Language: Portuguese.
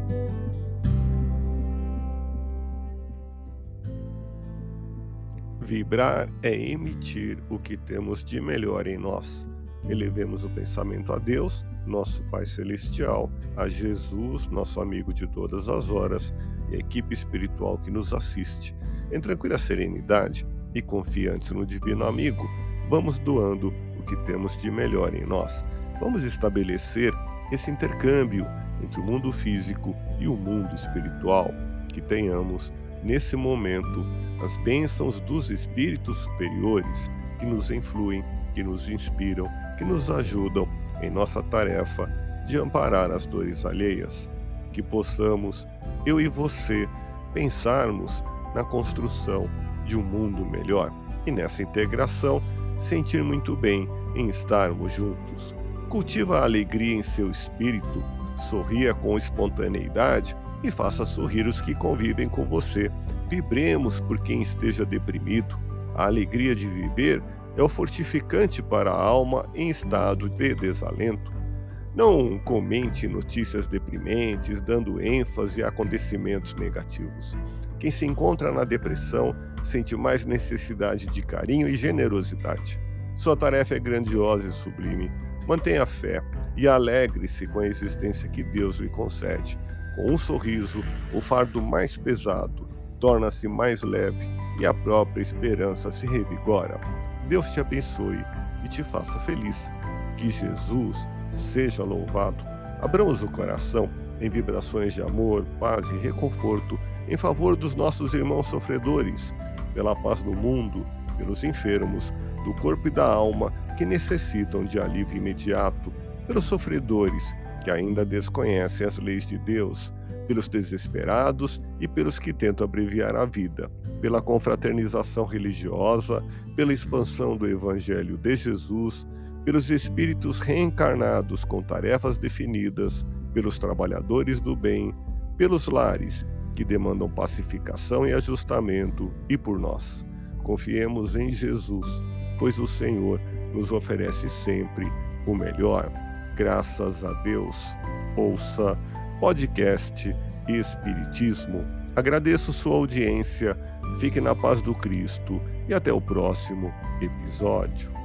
Vibrar é emitir o que temos de melhor em nós. Elevemos o pensamento a Deus, nosso Pai Celestial, a Jesus, nosso amigo de todas as horas, e a equipe espiritual que nos assiste. Em tranquila serenidade e confiantes no Divino Amigo, vamos doando o que temos de melhor em nós. Vamos estabelecer esse intercâmbio entre o mundo físico e o mundo espiritual, que tenhamos, nesse momento, as bênçãos dos espíritos superiores que nos influem, que nos inspiram, que nos ajudam em nossa tarefa de amparar as dores alheias. Que possamos, eu e você, pensarmos na construção de um mundo melhor e nessa integração sentir muito bem em estarmos juntos. Cultiva a alegria em seu espírito, sorria com espontaneidade e faça sorrir os que convivem com você. Vibremos por quem esteja deprimido. A alegria de viver é o fortificante para a alma em estado de desalento. Não comente notícias deprimentes, dando ênfase a acontecimentos negativos. Quem se encontra na depressão sente mais necessidade de carinho e generosidade. Sua tarefa é grandiosa e sublime. Mantenha fé e alegre-se com a existência que Deus lhe concede. Com um sorriso, o fardo mais pesado torna-se mais leve e a própria esperança se revigora. Deus te abençoe e te faça feliz. Que Jesus seja louvado. Abramos o coração em vibrações de amor, paz e reconforto em favor dos nossos irmãos sofredores, pela paz do mundo, pelos enfermos, do corpo e da alma que necessitam de alívio imediato, pelos sofredores que ainda desconhecem as leis de Deus, pelos desesperados e pelos que tentam abreviar a vida, pela confraternização religiosa, pela expansão do Evangelho de Jesus, pelos espíritos reencarnados com tarefas definidas, pelos trabalhadores do bem, pelos lares que demandam pacificação e ajustamento e por nós. Confiemos em Jesus, pois o Senhor nos oferece sempre o melhor. Graças a Deus. Ouça podcast Espiritismo. Agradeço sua audiência, fique na paz do Cristo e até o próximo episódio.